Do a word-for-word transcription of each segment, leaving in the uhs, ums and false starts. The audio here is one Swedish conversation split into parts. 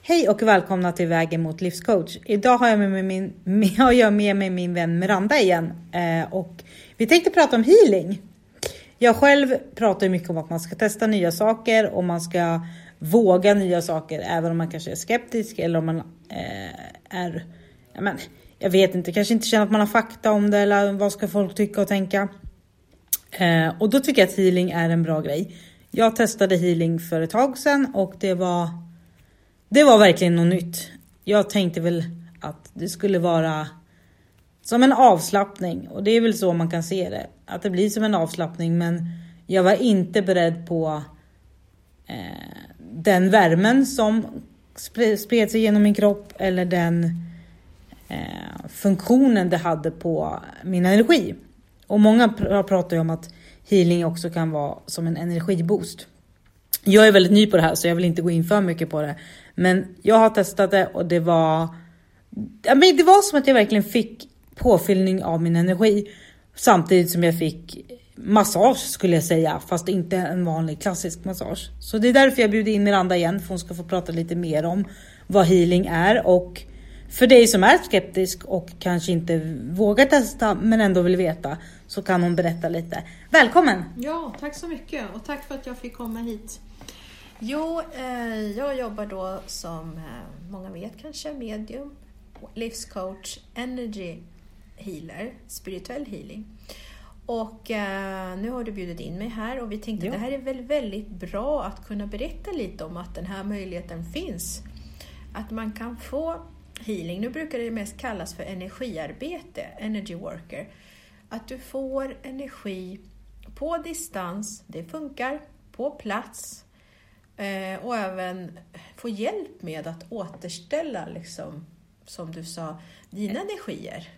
Hej och välkomna till Vägen mot livscoach. Idag har jag med mig min, har jag med mig min vän Miranda igen. Eh, och vi tänkte prata om healing. Jag själv pratar mycket om att man ska testa nya saker och man ska våga nya saker. Även om man kanske är skeptisk eller om man eh, är, ja, men, jag vet inte, kanske inte känner att man har fakta om det. Eller vad ska folk tycka och tänka. Eh, och då tycker jag att healing är en bra grej. Jag testade healing för ett tag sedan och det var... Det var verkligen något nytt. Jag tänkte väl att det skulle vara som en avslappning. Och det är väl så man kan se det. Att det blir som en avslappning. Men jag var inte beredd på eh, den värmen som spred sig genom min kropp. Eller den eh, funktionen det hade på min energi. Och många pr- pratar ju om att healing också kan vara som en energiboost. Jag är väldigt ny på det här så jag vill inte gå in för mycket på det. Men jag har testat det och det var... Det var som att jag verkligen fick påfyllning av min energi. Samtidigt som jag fick massage skulle jag säga. Fast inte en vanlig klassisk massage. Så det är därför jag bjuder in Miranda igen. För hon ska få prata lite mer om vad healing är. Och för dig som är skeptisk och kanske inte vågar testa men ändå vill veta. Så kan hon berätta lite. Välkommen! Ja, tack så mycket. Och tack för att jag fick komma hit. Jo, eh, jag jobbar då som eh, många vet kanske, medium, livscoach, energy healer, spirituell healing. Och eh, nu har du bjudit in mig här och vi tänkte ja. att det här är väl väldigt bra att kunna berätta lite om att den här möjligheten finns. Att man kan få healing, nu brukar det mest kallas för energiarbete, energy worker. Att du får energi på distans, det funkar, på plats. Eh, och även få hjälp med att återställa, liksom, som du sa, dina energier.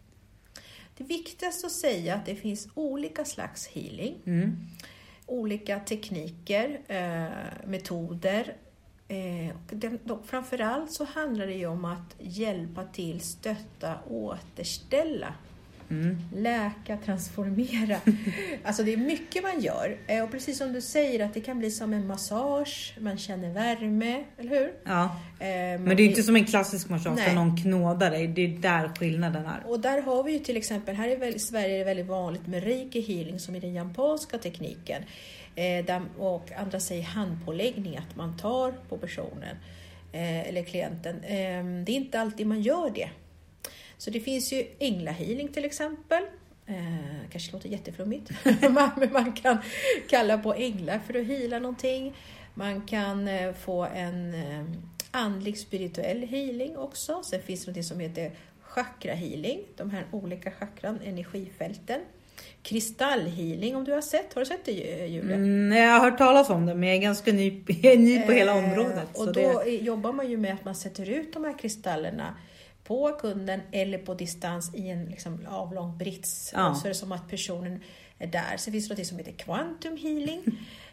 Det viktigaste att säga är att det finns olika slags healing. Mm. Olika tekniker, eh, metoder. Eh, och det, då, framförallt så handlar det ju om att hjälpa till, stötta, återställa. Mm. Läka, transformera. Alltså det är mycket man gör. Och precis som du säger att det kan bli som en massage. Man känner värme, eller hur? Ja. Eh, Men det är inte som en klassisk massage där någon knådar dig. Det är där skillnaden är. Och där har vi ju till exempel, här i väldigt, Sverige är det väldigt vanligt med reiki healing som är den japanska tekniken. Eh, där, och andra säger handpåläggning, att man tar på personen eh, eller klienten. Eh, det är inte alltid man gör det. Så det finns ju änglahealing till exempel. Eh, kanske låter jätteflummigt. Men man kan kalla på änglar för att heala någonting. Man kan eh, få en eh, andlig spirituell healing också. Sen finns det något som heter chakra healing. De här olika chakran, energifälten. Kristallhealing om du har sett. Har du sett det, Julia? Mm, jag har hört talas om det men jag är ganska ny, ny på hela området. Eh, och så då det... jobbar man ju med att man sätter ut de här kristallerna på kunden eller på distans i en liksom avlång brits. Ja. Så är det som att personen är där. Så finns det något som heter quantum healing.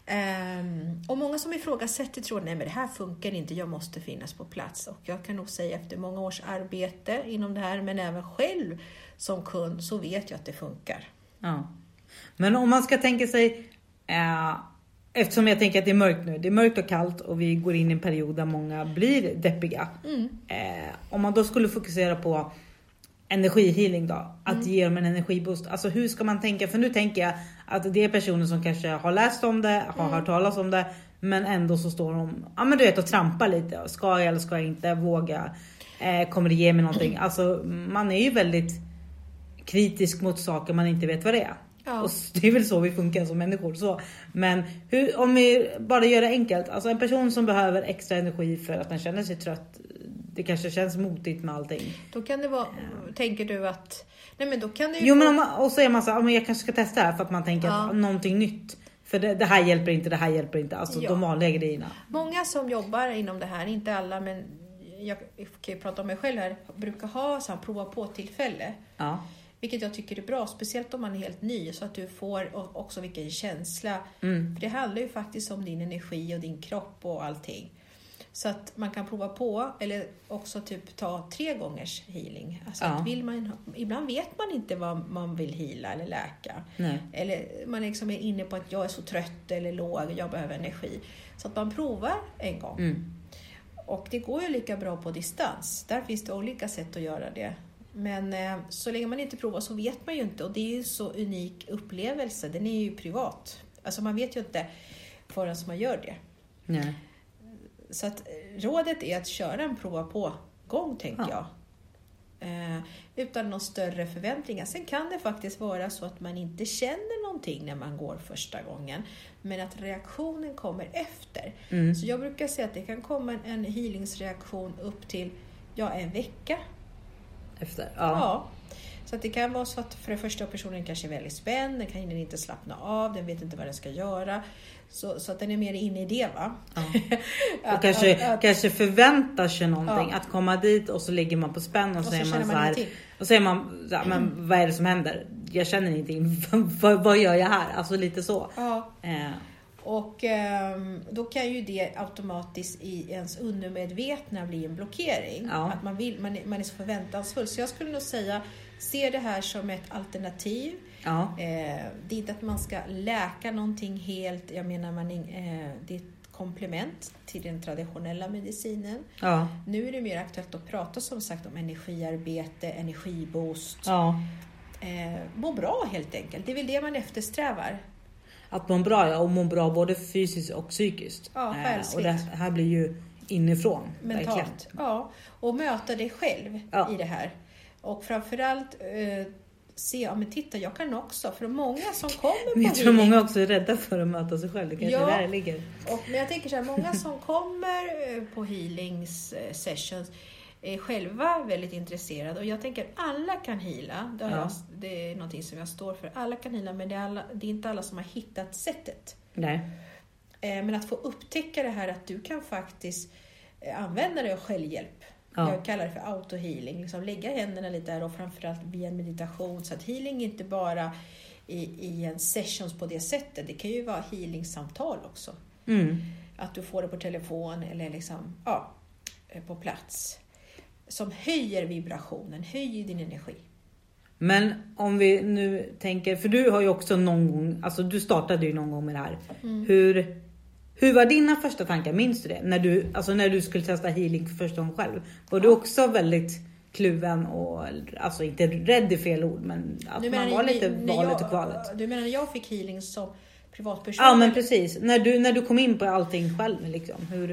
um, och många som ifrågasätter tror nej men det här funkar inte, jag måste finnas på plats. Och jag kan nog säga efter många års arbete inom det här men även själv som kund så vet jag att det funkar. Ja. Men om man ska tänka sig... Uh... Eftersom jag tänker att det är mörkt nu. Det är mörkt och kallt och vi går in i en period där många blir deppiga. Mm. Eh, om man då skulle fokusera på energihealing då. Att mm. ge dem en energiboost. Alltså hur ska man tänka? För nu tänker jag att det är personer som kanske har läst om det. Har mm. hört talas om det. Men ändå så står de ja, men du vet, och trampar lite. Ska jag eller ska jag inte våga? Eh, kommer det ge mig någonting? Alltså man är ju väldigt kritisk mot saker man inte vet vad det är. Ja. Och det är väl så vi funkar som människor. Så. Men hur, om vi bara gör det enkelt. Alltså en person som behöver extra energi för att den känner sig trött. Det kanske känns motigt med allting. Då kan det vara, ja. Tänker du att... Nej men då kan det ju... Jo men om man, och så är man så här, jag kanske ska testa här för att man tänker ja. att någonting nytt. För det, det här hjälper inte, det här hjälper inte. Alltså ja. de vanliga grejerna. Många som jobbar inom det här, inte alla men jag kan ju prata om mig själv här. Brukar ha så här, prova på tillfälle. Ja. Vilket jag tycker är bra, speciellt om man är helt ny. Så att du får också vilken känsla. Mm. För det handlar ju faktiskt om din energi och din kropp och allting. Så att man kan prova på, eller också typ ta tre gångers healing. Alltså ja. att vill man, ibland vet man inte vad man vill heala eller läka. Nej. Eller man liksom är inne på att jag är så trött eller låg, jag behöver energi. Så att man provar en gång. Mm. Och det går ju lika bra på distans. Där finns det olika sätt att göra det. Men eh, så länge man inte provar så vet man ju inte. Och det är ju så unik upplevelse. Den är ju privat. Alltså man vet ju inte förrän man gör det. Nej. Så att rådet är att köra en prova på gång, tänker Ja. jag. Eh, utan någon större förväntningar. Sen kan det faktiskt vara så att man inte känner någonting när man går första gången. Men att reaktionen kommer efter. Mm. Så jag brukar säga att det kan komma en, en healingsreaktion upp till ja, en vecka. Efter? Ja. Ja. Så att det kan vara så att för det första personen kanske är väldigt spänd. Den kan inte slappna av. Den vet inte vad den ska göra. Så, så att den är mer inne i det, va? Ja. att, Och kanske, att, att, kanske förväntar sig någonting. Ja. Att komma dit och så ligger man på spänn och, och så så säger man känner så man här. ingenting. Och säger man, ja, men vad är det som händer? Jag känner ingenting. vad, vad gör jag här? Alltså lite så. Ja. Eh. Och eh, då kan ju det automatiskt i ens undermedvetna bli en blockering. Ja. Att man, vill, man, är, man är så förväntansfull. Så jag skulle nog säga, se det här som ett alternativ. Ja. Eh, det är inte att man ska läka någonting helt. Jag menar, man, eh, det är ett komplement till den traditionella medicinen. Ja. Nu är det mer aktuellt att prata som sagt om energiarbete, energiboost. Ja. Eh, må bra helt enkelt. Det är väl det man eftersträvar. Att må bra, ja, och må bra både fysiskt och psykiskt. Ja, eh, själsligt. och det här blir ju inifrån. Mentalt. Verkligen. Ja, och möta dig själv Ja. i det här. Och framförallt eh, se, ja men titta, jag kan också. För många som kommer på Men jag tror healing, många också är rädda för att möta sig själv. Det kanske Ja. där det ligger. och, men jag tänker så här, många som kommer eh, på healings eh, sessions är själva väldigt intresserade. Och jag tänker alla kan heala. Det, har Ja. jag, det är någonting som jag står för. Alla kan heala, men det är, alla, det är inte alla som har hittat sättet. Nej. Eh, men att få upptäcka det här att du kan faktiskt eh, använda dig av självhjälp. Ja. Jag kallar det för autohealing. Liksom lägga händerna lite där och framförallt via meditation. Så att healing inte bara i, i en sessions på det sättet. Det kan ju vara healingsamtal också. Mm. Att du får det på telefon eller liksom, ja, på plats. Som höjer vibrationen, höjer din energi. Men om vi nu tänker, för du har ju också någon gång, alltså du startade ju någon gång med det här. Mm. Hur, hur var dina första tankar, minns du det? När du, alltså när du skulle testa healing för första gången själv. Var Ja. du också väldigt kluven och, alltså inte rädd i fel ord, men att Du man menar var ni- lite när valet jag- och kvalet. Du menar när jag fick healing som privatperson? Ja men eller? precis, när du, när du kom in på allting själv liksom, hur?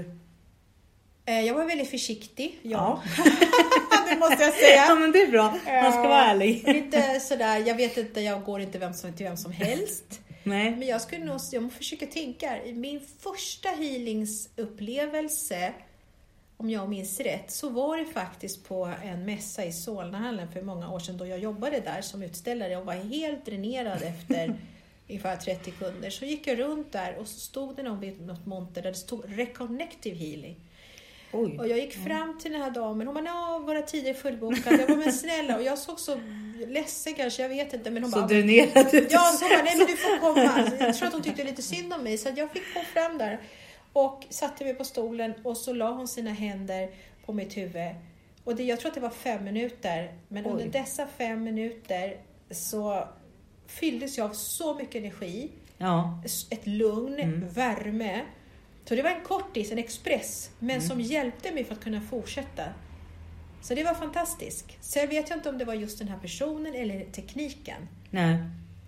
Eh, Jag var väldigt försiktig, ja. Ja. Det måste jag säga. Ja men det är bra, man ska vara ärlig. Lite sådär, jag vet inte, jag går inte vem som, till vem som helst. Nej. Men jag skulle nog, jag måste försöka tänka. I min första healingsupplevelse, om jag minns rätt, så var det faktiskt på en mässa i Solnahallen för många år sedan då jag jobbade där som utställare och var helt dränerad efter ungefär trettio kunder. Så gick jag runt där och så stod det någon vid något monter där det stod Reconnective Healing. Oj. Och jag gick fram till den här damen. Hon bara, ja, våra tider är fullbokade. Jag var men snälla. Och jag såg så ledsen kanske, jag vet inte. Men hon Så bara, dränerad ut. ja, så hon bara, nej men du får komma. Jag tror att hon tyckte lite synd om mig. Så att jag fick gå fram där. Och satte mig på stolen. Och så la hon sina händer på mitt huvud. Och det, jag tror att det var fem minuter. Men Oj. under dessa fem minuter så fylldes jag av så mycket energi. Ja. Ett lugn, Mm. värme. Så det var en kortis, en express. Men Mm. som hjälpte mig för att kunna fortsätta. Så det var fantastiskt. Så jag vet inte om det var just den här personen eller tekniken. Nej.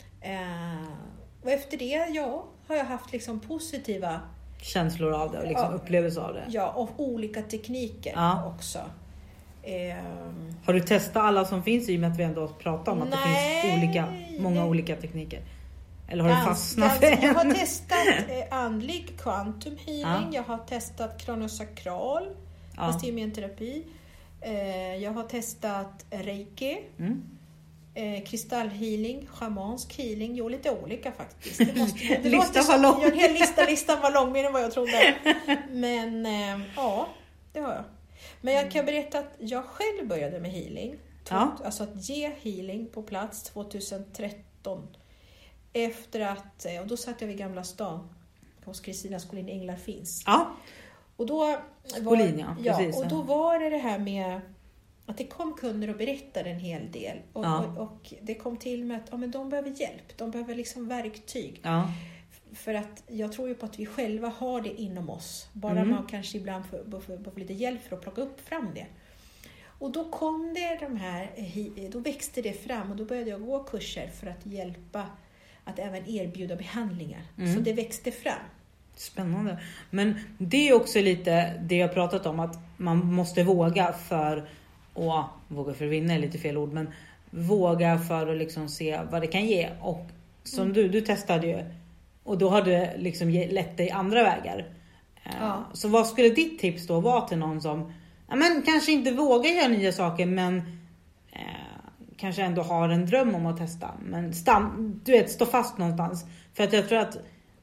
Eh, och efter det, ja, har jag haft liksom positiva, Känslor av det och liksom Ja. upplevelser av det. ja, och olika tekniker Ja. också. Eh, Har du testat alla som finns i och med att vi ändå pratar om att Nej. det finns olika, många Nej. olika tekniker? Eller har du Gans- fastnat gans- för Jag har en? testat eh, andlig quantum healing. Ja. Jag har testat kronosakral. Ja. Fast det är mer terapi. Eh, jag har testat reiki. Mm. Eh, kristallhealing, schamansk healing. Jo, lite olika faktiskt. Det måste, det Listan låter var som- lång. Ja, en hel lista, listan var lång mer än vad jag trodde. Men eh, ja, det har jag. Men jag kan berätta att jag själv började med healing. Ja. Alltså att ge healing på plats tjugohundratretton. Efter att, och då satt jag vid Gamla stan hos Kristina Skolin Änglar finns. Ja. Och då var, Skolin, ja, ja, precis, och ja. då var det det här med att det kom kunder och berättade en hel del. Och, Ja. och, och det kom till med att ja, men de behöver hjälp. De behöver liksom verktyg. Ja. för att jag tror ju på att vi själva har det inom oss. Bara mm. man kanske ibland får, får, får lite hjälp för att plocka upp fram det. Och då kom det de här, då växte det fram och då började jag gå kurser för att hjälpa att även erbjuda behandlingar. Mm. Så det växte fram. Spännande. Men det är också lite det jag pratat om, att man måste våga för att, våga för att vinna är lite fel ord, men våga för att liksom se vad det kan ge. Och som mm. du, du testade ju och då har det liksom lett dig andra vägar. Ja. Så vad skulle ditt tips då vara till någon som ja, men kanske inte vågar göra nya saker, men eh, kanske ändå har en dröm om att testa, men stann, du vet, stå fast någonstans. För att jag tror att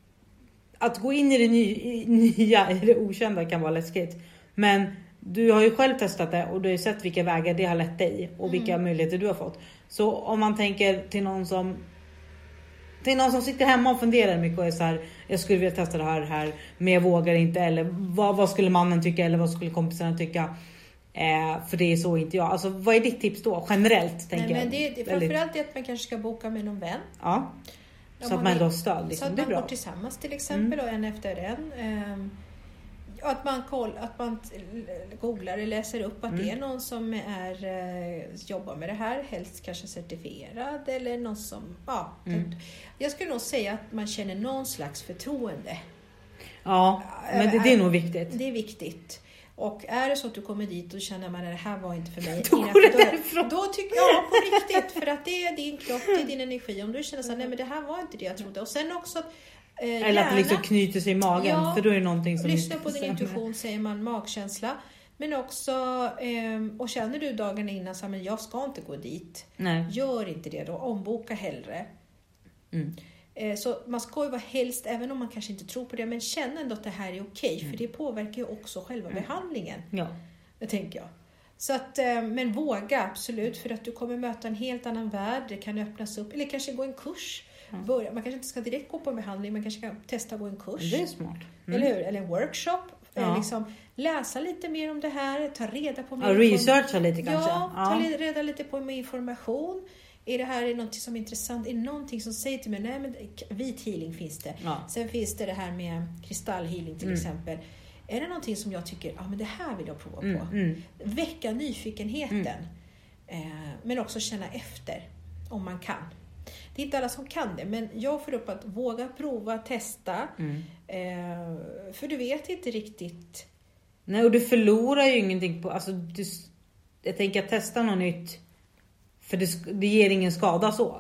att gå in i det nya, nya i det okända kan vara läskigt. Men du har ju själv testat det och du har ju sett vilka vägar det har lett dig och vilka mm. möjligheter du har fått. Så om man tänker till någon som till någon som sitter hemma och funderar mycket och är så här, jag skulle vilja testa det här, här men jag vågar inte, eller vad, vad skulle mannen tycka eller vad skulle kompisarna tycka, eh, för det är så inte jag. Alltså vad är ditt tips då generellt? Tänker Nej, men det, det, framförallt det att man kanske ska boka med någon vän. Ja. Så att man ändå har stöd. Liksom. Så att det är man bra. går tillsammans till exempel mm. och en efter en. Um, att man, koll, att man googlar eller läser upp att mm. det är någon som är, uh, jobbar med det här. Helst kanske certifierad eller någon som... Ja, mm. Jag skulle nog säga att man känner någon slags förtroende. Ja, men det, det är nog viktigt. Det är viktigt. Och är det så att du kommer dit och känner att det här var inte för mig. Då går det därifrån. Då tycker jag på riktigt. För att det är din kropp, det är din energi. Om du känner så här, nej men det här var inte det jag trodde. Och sen också att, eh, eller gärna, att det liksom knyter sig i magen. Ja, för då är det någonting som... Lyssna på din intuition, säger man, magkänsla. Men också, eh, och känner du dagen innan så här, men jag ska inte gå dit. Nej. Gör inte det då, omboka hellre. Mm. Så man ska ju vara helst, även om man kanske inte tror på det, men känna ändå att det här är okej. Mm. För det påverkar ju också själva mm. behandlingen. Ja. Det tänker jag. Så att, men våga absolut, för att du kommer möta en helt annan värld. Det kan öppnas upp, eller kanske gå en kurs. Mm. Börja. Man kanske inte ska direkt gå på en behandling, man kanske kan testa att gå en kurs. Det är smart. Mm. Eller hur? Eller en workshop. Ja. Liksom, läsa lite mer om det här, ta reda på mer. Ja, researcha lite kanske. Ja, ta ja. reda lite på mer information. Är det här är något som är intressant? Är det någonting som säger till mig, nej men vit healing finns det. Ja. Sen finns det det här med kristallhealing till mm. exempel. Är det någonting som jag tycker, ja men det här vill jag prova på. Mm. Mm. Väcka nyfikenheten. Mm. Eh, men också känna efter om man kan. Det är inte alla som kan det, men jag får upp att våga prova, testa. Mm. Eh, för du vet inte riktigt. Nej, och du förlorar ju ingenting på, alltså du, jag tänker att testa något nytt. För det, det ger ingen skada så.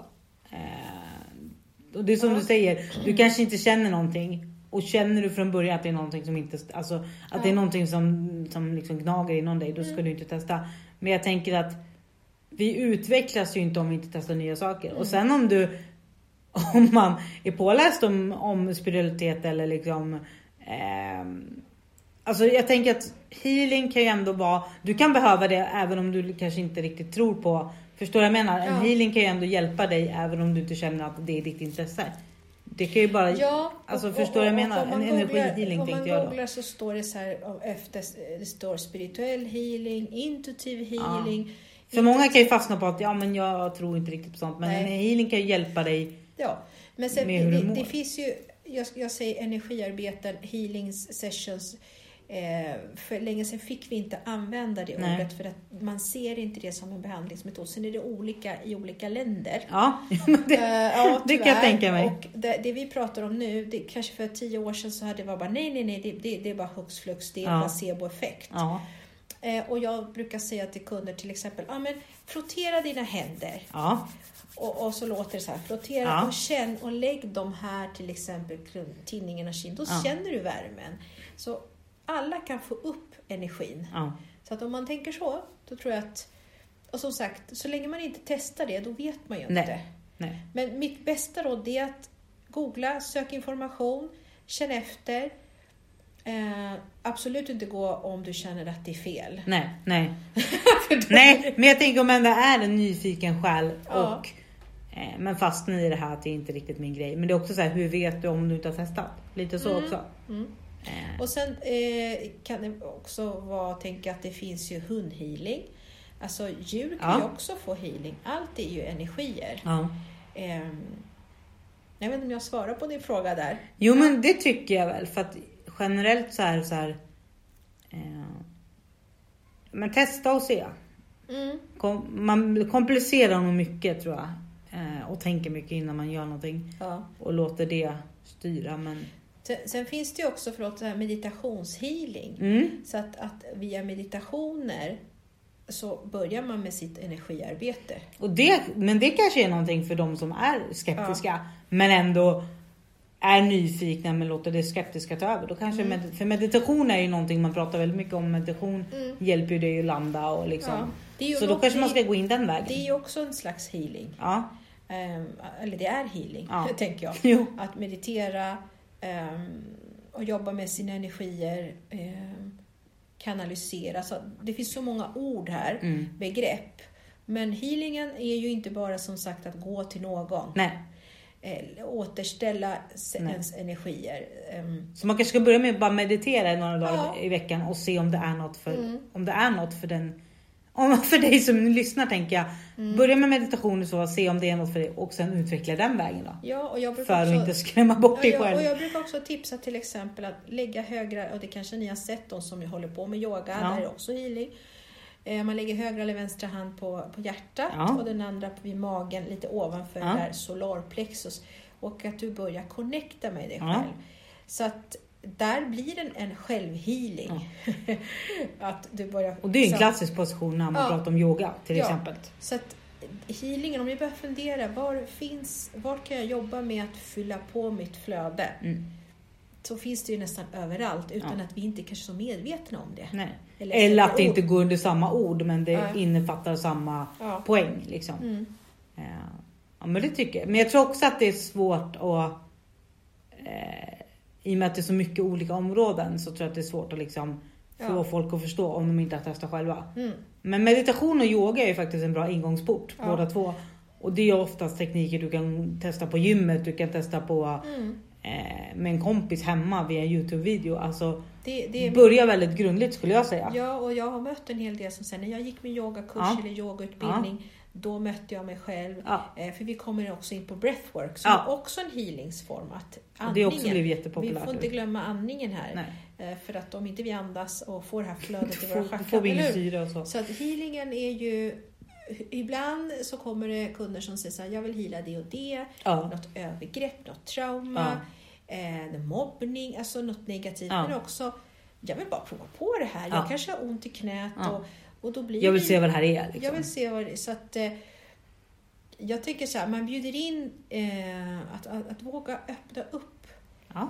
Eh, och det är som ja. du säger. Du kanske inte känner någonting. Och känner du från början att det är någonting som inte... Alltså att ja. det är någonting som, som liksom gnager inom dig. Då ska mm. du inte testa. Men jag tänker att vi utvecklas ju inte om vi inte testar nya saker. Mm. Och sen om du... Om man är påläst om, om spiritualitet eller liksom... Eh, alltså jag tänker att healing kan ju ändå vara... Du kan behöva det även om du kanske inte riktigt tror på... Förstår jag menar? En ja. healing kan ju ändå hjälpa dig även om du inte känner att det är ditt intresse. Det kan ju bara... Ja, alltså och, förstår och, jag menar? En energihealing tänkte jag då. Om man googlar så står det så här, efter, det står spirituell healing, intuitiv healing. Ja. För många kan ju fastna på att ja men jag tror inte riktigt på sånt. Men en healing kan ju hjälpa dig. Ja, men sen, med hur det, du mår. Det finns ju, jag, jag säger energiarbeten, healing sessions. Eh, för länge sedan fick vi inte använda det Nej. ordet för att man ser inte det som en behandlingsmetod. Sen är det olika i olika länder. Ja, det, eh, ja, det kan jag tänka mig. Och det, det vi pratar om nu, det, kanske för tio år sedan så hade det var bara nej, nej, nej, det, det, det är bara hux flux, det är ja. placeboeffekt. Ja. Eh, och jag brukar säga till kunder till exempel, ja men frottera dina händer. Ja. Och, och så låter det så här, frottera ja. och känn och lägg dem här till exempel tinningen och kind. Då ja. känner du värmen. Så alla kan få upp energin. Ja. Så att om man tänker så, då tror jag att... Och som sagt, så länge man inte testar det, då vet man ju inte. Nej. Nej. Men mitt bästa råd är att googla, sök information, känn efter. Eh, absolut inte gå om du känner att det är fel. Nej, nej. Nej, men jag tänker om ändå är en nyfiken själ ja. och... Eh, men fastnar i det här att det är inte riktigt min grej. Men det är också så här, hur vet du om du inte har testat? Lite så mm. också. Mm. Och sen eh, kan det också vara att tänka att det finns ju hundhealing. Alltså djur kan ja. ju också få healing. Allt är ju energier. Ja. Eh, Jag vet inte om jag svarar på din fråga där. Jo, men det tycker jag väl. För att generellt så är det så här... Eh, men testa och se. Mm. Kom, man komplicerar nog mycket, tror jag. Eh, och tänker mycket innan man gör någonting. Ja. Och låter det styra. Men... Sen, sen finns det ju också, förlåt, så här meditationshealing. Mm. Så att, att via meditationer så börjar man med sitt energiarbete. Och det, men det kanske är någonting för de som är skeptiska. Ja. Men ändå är nyfikna men låter det skeptiska ta över. Då kanske Mm. med, för meditation är ju någonting man pratar väldigt mycket om. Meditation Mm. hjälper ju dig att landa och liksom. Ja. Det är ju så något, då kanske man ska det, gå in den vägen. Det är ju också en slags healing. Ja. Um, eller det är healing, Ja. tänker jag. Jo. Att meditera um, och jobba med sina energier, um, kanalisera. Så det finns så många ord här, Mm. begrepp. Men healingen är ju inte bara som sagt att gå till någon. Nej. Eh, återställa Nej. ens energier. Um, Så man kanske ska börja med att bara meditera några dagar Ja. i veckan och se om det är något för, Mm. om det är något för den, om för dig som lyssnar, tänker jag. Mm. Börja med meditation och så, se om det är något för dig och sen utveckla den vägen då. ja, och jag För brukar att också, inte skrämma bort ja, dig jag, själv. och jag brukar också tipsa till exempel att lägga högra, och det kanske ni har sett, de som håller på med yoga, Ja. där är också healing. Eh, Man lägger högra eller vänstra hand på, på hjärtat Ja. och den andra vid magen lite ovanför Ja. där solarplexus. Och att du börjar connecta med dig Ja. själv. Så att där blir det en självhealing. Ja. Att du börjar, Och det är ju en så- klassisk position när man Ja. pratar om yoga till Ja. exempel. Så att healingen, om ni börjar fundera, var finns, var kan jag jobba med att fylla på mitt flöde? Mm. Så finns det ju nästan överallt utan Ja. att vi inte kanske är så medvetna om det. Nej. Eller, Eller att det ord. inte går under samma ord men det Ja. innefattar samma Ja. poäng liksom. Mm. Ja. Ja, men det tycker jag. Men jag tror också att det är svårt att eh, i och med att det är så mycket olika områden så tror jag att det är svårt att liksom få Ja. folk att förstå om de inte har testat själva. Mm. Men meditation och yoga är ju faktiskt en bra ingångsport, Ja. båda två. Och det är oftast tekniker du kan testa på gymmet, du kan testa på Mm. eh, med en kompis hemma via en YouTube-video. Alltså Det, det är börja väldigt grundligt skulle jag säga. Ja, och jag har mött en hel del som säger, när jag gick min yogakurs Ja. eller yogautbildning, då mötte jag mig själv. Ja. Eh, För vi kommer också in på breathwork, som Ja. är också en healingsform. Att Och det har också andningen, blivit vi jättepopulärt. får inte glömma andningen här. Nej. Eh, För att om inte vi andas och får det här flödet i Får, våra får chakran, vi eller ingen hur? syre och så. Så att healingen är ju, ibland så kommer det kunder som säger så här, jag vill heala det och det, Ja. något övergrepp, något trauma, eh, mobbning, alltså något negativt, Ja. men också, jag vill bara prova på det här, jag Ja. kanske har ont i knät Ja. och, och då blir Jag vill det- se vad det här är. Liksom. jag vill se vad det är, så att eh, jag tycker så här, man bjuder in eh, att, att, att våga öppna upp, Ja.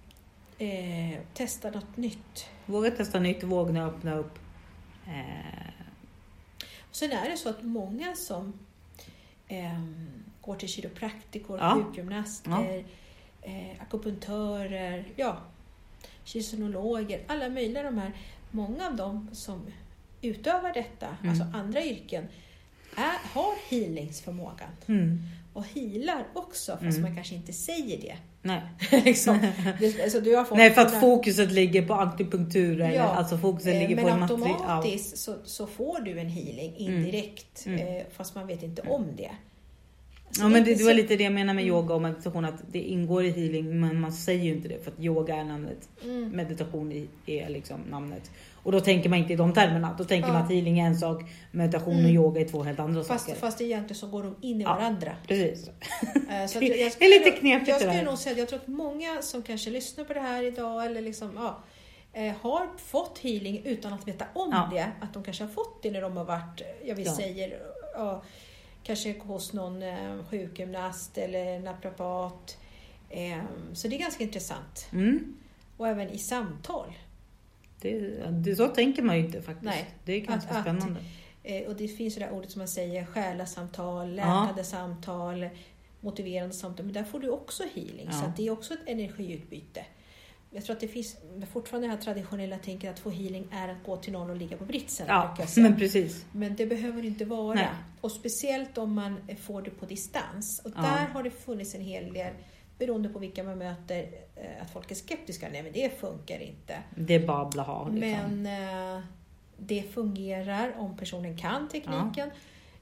eh, testa något nytt. Våga testa nytt, våga öppna upp. Eh, Och sen är det så att många som eh, går till kiropraktiker, Ja. sjukgymnaster, eh, akupunktörer, ja, kinesolologer, alla möjliga de här, många av dem som utövar detta, Mm. alltså andra yrken, är, har healingsförmågan mm. och healar också, fast Mm. man kanske inte säger det. Nej. liksom. det alltså, du har fått Nej, för att dina- fokuset ligger på akupunktur. Eller, Ja. alltså fokuset Eh, ligger men på en material. automatiskt så, så får du en healing indirekt, Mm. eh, fast man vet inte om det. Så Ja, men det, är det var så- lite det jag menar med Mm. yoga och meditation. Att det ingår i healing, men man säger ju inte det. För att yoga är namnet. Mm. Meditation i- är liksom namnet. Och då tänker man inte i de termerna. Då tänker Ja. man att healing är en sak. Meditation och Mm. yoga är två helt andra Fast, saker. fast egentligen så går de in i Ja. varandra. Precis. Eh, Så att jag, jag Det är skulle lite nog- knepigt Jag det skulle där. nog säga att jag tror att många som kanske lyssnar på det här idag eller liksom, ja, eh, har fått healing utan att veta om Ja. det. Att de kanske har fått det när de har varit, jag vill Ja. säga, ja, kanske hos någon eh, sjukgymnast eller naprapat. Eh, så det är ganska intressant. Mm. Och även i samtal. Det, det, så tänker man ju inte faktiskt. Nej. Det är ganska Att- att- spännande. Eh, och det finns ju det där ordet som man säger, själasamtal, läkande samtal, motiverande samtal. Men där får du också healing. Ja. Så att det är också ett energiutbyte. Jag tror att det finns fortfarande det här traditionella tänket att få healing är att gå till någon och ligga på britsen. Ja, brukar jag säga. men precis. Men det behöver inte vara. Nej. Och speciellt om man får det på distans. Och Ja. där har det funnits en hel del, beroende på vilka man möter, eh, att folk är skeptiska. Nej, men det funkar inte. Det är bara blaha. Liksom. Men eh, det fungerar om personen kan tekniken.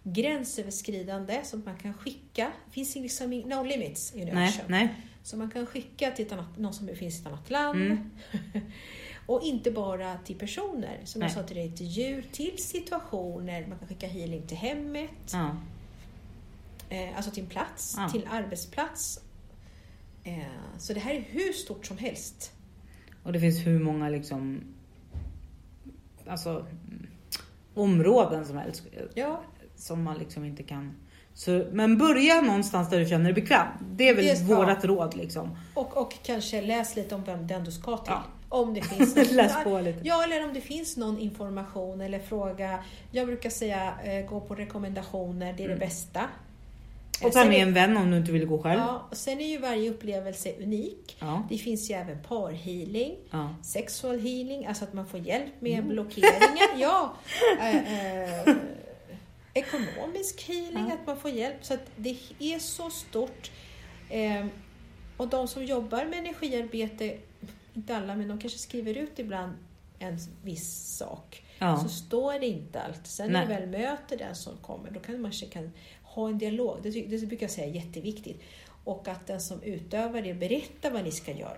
gränsöverskridande som man kan skicka. Det finns liksom no limits i universum. Nej, nej. Så man kan skicka till ett annat, någon som finns i ett annat land. Mm. Och inte bara till personer, som Nej. jag sa till dig, till djur, till situationer. Man kan skicka healing till hemmet. Ja. Eh, alltså till en plats, Ja. till arbetsplats. Eh, så det här är hur stort som helst. Och det finns hur många liksom, alltså områden som helst. Ja. Som man liksom inte kan. Så, men börja någonstans där du känner dig bekväm. Det är väl Det- vårat ja. råd liksom. Och, och kanske läs lite om vem den du ska till. Ja. Om det finns Läs på lite. Ja, eller om det finns någon information eller fråga. Jag brukar säga eh, gå på rekommendationer, det är Mm. det bästa. Och ta med en vän om du inte vill gå själv. Ja, och sen är ju varje upplevelse unik. Ja. Det finns ju även parhealing, Ja. sexual healing, alltså att man får hjälp med mm. blockeringar. Ja, äh, äh, ekonomisk healing, Ja. att man får hjälp. Så att det är så stort. Eh, och de som jobbar med energiarbete, inte alla, men de kanske skriver ut ibland en viss sak. Ja. Så står det inte allt. Sen Nej. när du väl möter den som kommer, då kan man kan ha en dialog. Det, ty- det brukar jag säga är jätteviktigt. Och att den som utövar det berättar vad ni ska göra.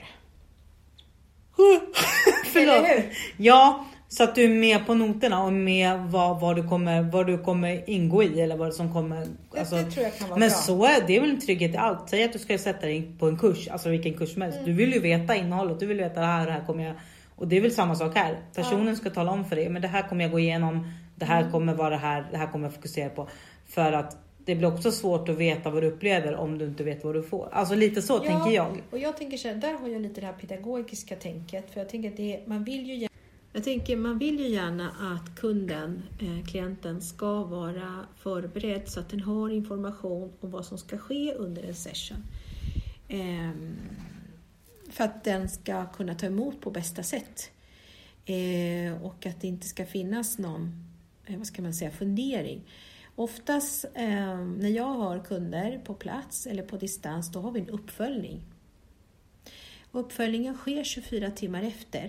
Eller hur? Ja, så att du är med på noterna och med vad, vad, du, kommer, vad du kommer ingå i eller vad som kommer. Det, Alltså, det tror jag kan vara men bra. så är det är väl en trygghet i allt. Säg att du ska sätta dig på en kurs, alltså vilken kurs som helst. Mm. Du vill ju veta innehållet, du vill veta det här och det här kommer jag. Och det är väl samma sak här. Personen Ja. ska tala om för dig, men det här kommer jag gå igenom. Det här Mm. kommer vara det här, det här kommer jag fokusera på. För att det blir också svårt att veta vad du upplever om du inte vet vad du får. Alltså lite så Ja, tänker jag. Och jag tänker så här, där har jag lite det här pedagogiska tänket. För jag tänker att det är, man vill ju gärna, jag tänker man vill ju gärna att kunden, eh, klienten, ska vara förberedd så att den har information om vad som ska ske under en session. Ehm, för att den ska kunna ta emot på bästa sätt. Eh, och att det inte ska finnas någon, eh, vad ska man säga, fundering. Oftast eh, när jag har kunder på plats eller på distans, då har vi en uppföljning. Och uppföljningen sker tjugofyra timmar efter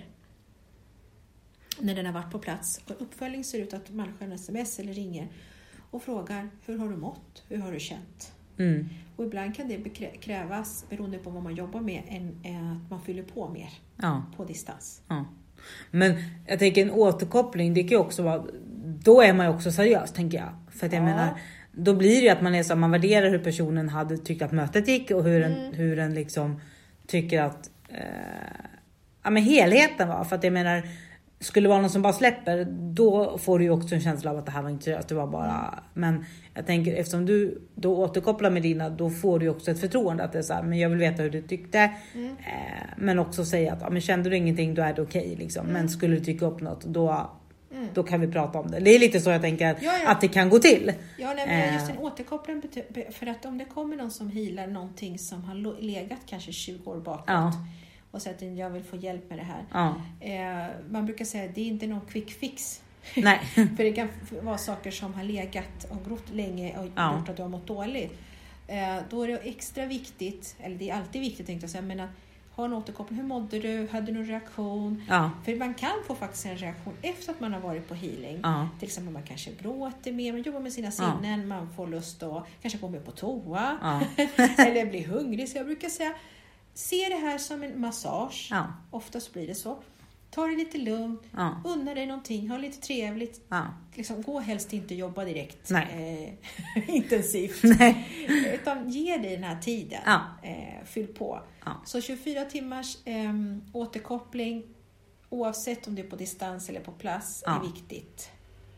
när den har varit på plats. Och uppföljning ser ut att människan sms eller ringer och frågar: hur har du mått? Hur har du känt? Mm. Och ibland kan det bekrä- krävas, beroende på vad man jobbar med, en, eh, att man fyller på mer Ja. på distans. Ja. Men jag tänker en återkoppling, det kan ju också vara, då är man ju också seriös tänker jag. För att jag Ja. menar, då blir det ju att man är så, man värderar hur personen hade tyckt att mötet gick och hur den, Mm. hur den liksom tycker att eh, ja men helheten var. För att jag menar, skulle det vara någon som bara släpper, då får du ju också en känsla av att det här var inte seriöst, det var bara, men jag tänker eftersom du då återkopplar med dina, då får du ju också ett förtroende att det är så här, men jag vill veta hur du tyckte. Mm. Eh, men också säga att ja, men kände du ingenting, då är det okej liksom. Mm. Men skulle du tycka upp något, då, Mm. då kan vi prata om det. Det är lite så jag tänker Ja, ja. att det kan gå till. Ja, nej, men just Eh. en återkoppling, bety- för att om det kommer någon som healar någonting som har lo- legat kanske tjugo år bakåt Ja. och säger att jag vill få hjälp med det här. Ja. Eh, man brukar säga att det är inte någon quick fix. Nej. För det kan f- vara saker som har legat och grott länge och Ja. gjort att du har mått dåligt. Eh, då är det extra viktigt, eller det är alltid viktigt tänkte jag säga, men att ha en återkoppling. Hur mådde du? Hade du någon reaktion? Ja. För man kan få faktiskt en reaktion efter att man har varit på healing. Ja. Till exempel man kanske gråter mer, man jobbar med sina sinnen, man får lust att kanske gå med på toa Ja. eller bli hungrig. Så jag brukar säga, se det här som en massage. Ja. Oftast blir det så. Ta det lite lugnt, Ja. unna dig någonting, ha lite trevligt. Ja. Liksom, gå helst inte jobba direkt Nej. eh, intensivt. Nej. Utan ge dig den här tiden. Ja. Eh, fyll på. Ja. Så tjugofyra timmars eh, återkoppling, oavsett om det är på distans eller på plats, Ja. är viktigt.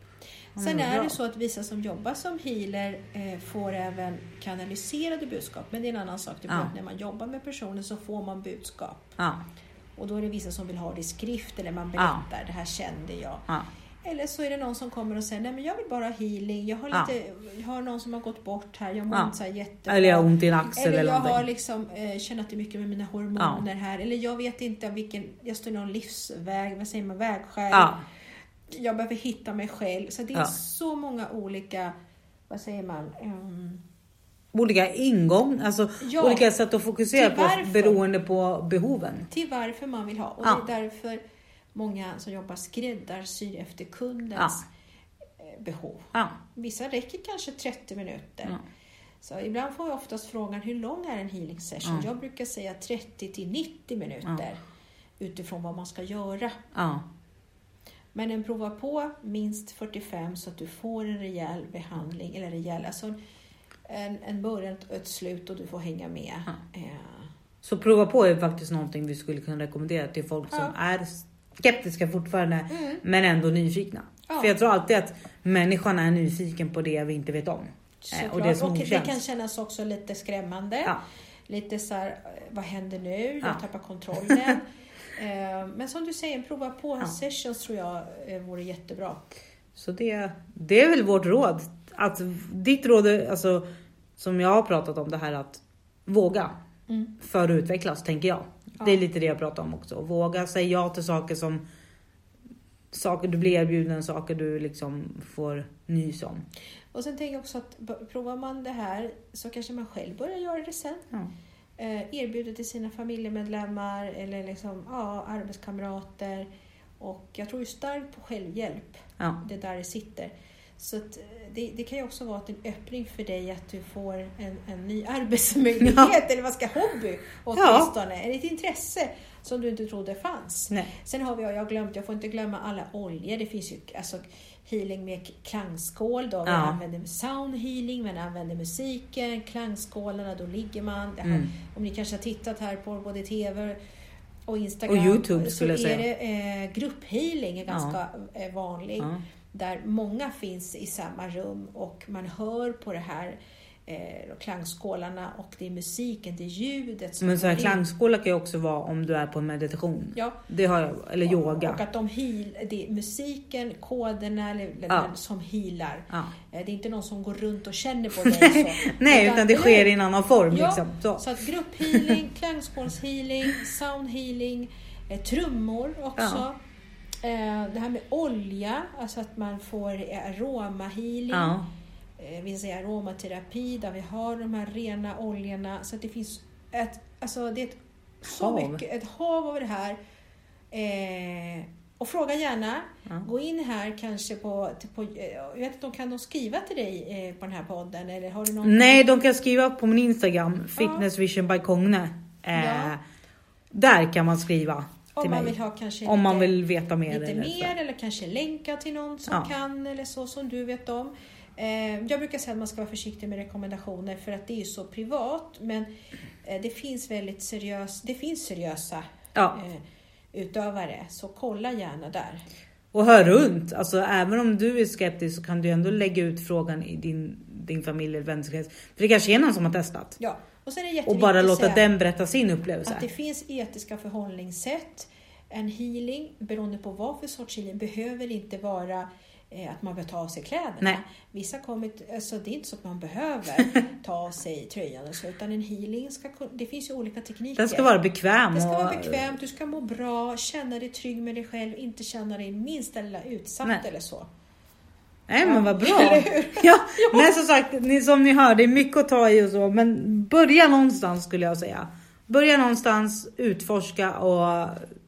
Ja, Sen men är bra. det så att vissa som jobbar som healer eh, får även kanaliserade budskap. Men det är en annan sak. Det är Ja. att när man jobbar med personen så får man budskap. Ja. Och då är det vissa som vill ha det i skrift eller man berättar, det här kände jag. Ja. Eller så är det någon som kommer och säger, nej men jag vill bara ha healing. Jag har, Ja. lite, jag har någon som har gått bort här, jag mår Ja. inte så här jättebra. Eller jag har ont i en axel Eller eller jag har någonting. liksom eh, känt det mycket med mina hormoner här. Eller jag vet inte vilken, jag står i någon livsväg, vad säger man, vägskäl. Ja. Jag behöver hitta mig själv. Så det är Ja. så många olika, vad säger man, um, Olika ingång, alltså Ja. olika sätt att fokusera Till på varför? beroende på behoven. till varför man vill ha. Och Ja. det är därför många som jobbar skräddarsyr efter kundens behov. Ja. Vissa räcker kanske trettio minuter. Ja. Så ibland får jag oftast frågan, hur lång är en healing session? Ja. Jag brukar säga trettio till nittio minuter ja. utifrån vad man ska göra. Ja. Men en prova på minst fyrtiofem så att du får en rejäl behandling. Eller rejäl, alltså en, en början och ett slut och du får hänga med. Ja. Eh. Så prova på är faktiskt någonting vi skulle kunna rekommendera till folk ja. som är skeptiska fortfarande mm. men ändå nyfikna. Ja. För jag tror alltid att människan är nyfiken på det vi inte vet om. Eh, och det, som och det kan kännas också lite skrämmande. Ja. Lite så här, vad händer nu? Jag ja. tappar kontrollen. Men som du säger, prova på ja. sessions tror jag vore jättebra. Så det, det är väl vårt råd. Att ditt råd, alltså, som jag har pratat om det här att våga mm. för att utvecklas, tänker jag. Ja. Det är lite det jag pratar om också. Våga säga ja till saker som saker du blir erbjuden, saker du liksom får nys om. Och sen tänker jag också att provar man det här så kanske man själv börjar göra det sen. Ja. Erbjuder till sina familjemedlemmar eller liksom, ja, arbetskamrater. Och jag tror ju starkt på självhjälp. Ja. Det där det sitter. Så att det, det kan ju också vara en öppning för dig att du får en, en ny arbetsmöjlighet. Ja. Eller vad ska hobby åtminstone. Ja. Eller ett intresse som du inte trodde fanns. Nej. Sen har vi, jag har glömt, jag får inte glömma alla oljor. Det finns ju alltså healing med klangskål. Då. Ja. Vi använder sound healing, man använder musiken, klangskålarna, då ligger man. Det här, mm. Om ni kanske har tittat här på både tv och Instagram. Och YouTube skulle jag säga. Så är det eh, grupphealing är ganska ja. eh, vanlig. Ja. Där många finns i samma rum och man hör på det här eh, klangskålarna och det är musiken, det är ljudet. Som men så här klangskålar kan ju också vara om du är på meditation. Ja. Det har jag, eller och, yoga. Och att de heal, det är musiken, koderna eller, ja. som healar. Ja. Eh, det är inte någon som går runt och känner på dig. Så. Nej, utan, utan det sker i en annan form. Ja, liksom. så. så att grupphealing, klangskålshealing, soundhealing, eh, trummor också. Ja. Det här med olja, alltså att man får aromahealing, ja. Vi säger aromaterapi där vi har de här rena oljorna, så att det finns ett, alltså det är ett, så hav. mycket, ett hav av det här. Eh, och fråga gärna, ja. gå in här kanske på, på jag vet inte, de kan de skriva till dig eh, på den här podden eller har du någon? Nej, de kan skriva på min Instagram, Fitness Vision by Kogne. Eh, ja. Där kan man skriva. Om man vill ha kanske om lite, man vill veta mer lite eller, mer eller kanske länka till någon som ja. kan eller så som du vet om. Eh, jag brukar säga att man ska vara försiktig med rekommendationer för att det är ju så privat, men eh, det finns väldigt seriös, det finns seriösa ja. eh, utövare, så kolla gärna där. Och hör runt, alltså även om du är skeptisk så kan du ändå lägga ut frågan i din, din familj eller vänskapskrets. För det kanske är någon som har testat. Ja. Och, sen är det och bara låta den berätta sin upplevelse. Att det finns etiska förhållningssätt. En healing, beroende på vad för sorts healing, behöver inte vara eh, att man behöver ta av sig kläderna. Nej. Vissa kommer, alltså det är inte så att man behöver ta av sig tröjan och så, utan en healing ska, det finns ju olika tekniker. Den ska vara bekväm. Det ska vara bekvämt, du ska må bra, känna dig trygg med dig själv, inte känna dig minst eller utsatt Nej. eller så. Nej, men vad bra. Ja, men som sagt, ni, som ni hör, det är mycket att ta i och så. Men börja någonstans skulle jag säga. Börja någonstans, utforska och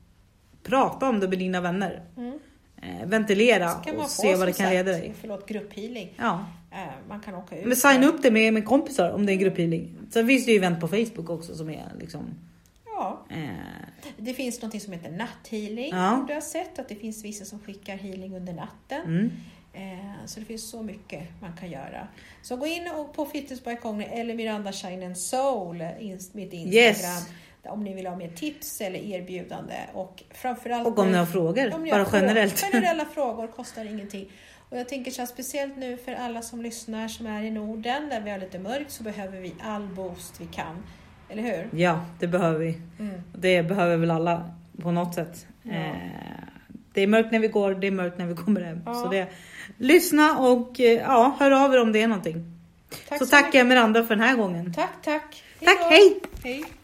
prata om det med dina vänner. Mm. Eh, ventilera och se vad det kan leda dig. Förlåt, grupphealing. Ja. Eh, man kan åka ut. Men signa upp det med, med kompisar om det är grupphealing. Sen finns det ju event på Facebook också som är liksom... Ja. Eh. Det finns något som heter natthealing. Ja. Du har sett att det finns vissa som skickar healing under natten. Mm. Så det finns så mycket man kan göra. Så gå in på Fitness by Kogne eller Miranda Shine and Soul, mitt Instagram. Yes. Om ni vill ha mer tips eller erbjudande. Och framförallt... Och om ni har frågor, om ni bara har generellt. Frågor, generella frågor kostar ingenting. Och jag tänker så här, speciellt nu för alla som lyssnar som är i Norden, där vi har lite mörkt, så behöver vi all boost vi kan. Eller hur? Ja, det behöver vi. Mm. Det behöver väl alla på något sätt. Ja. Eh, det är mörkt när vi går, det är mörkt när vi kommer hem. Ja. Så det, lyssna och ja, hör av er om det är någonting. Tack så, så tackar jag Miranda för den här gången. Tack, tack. Tack, hej! Hej.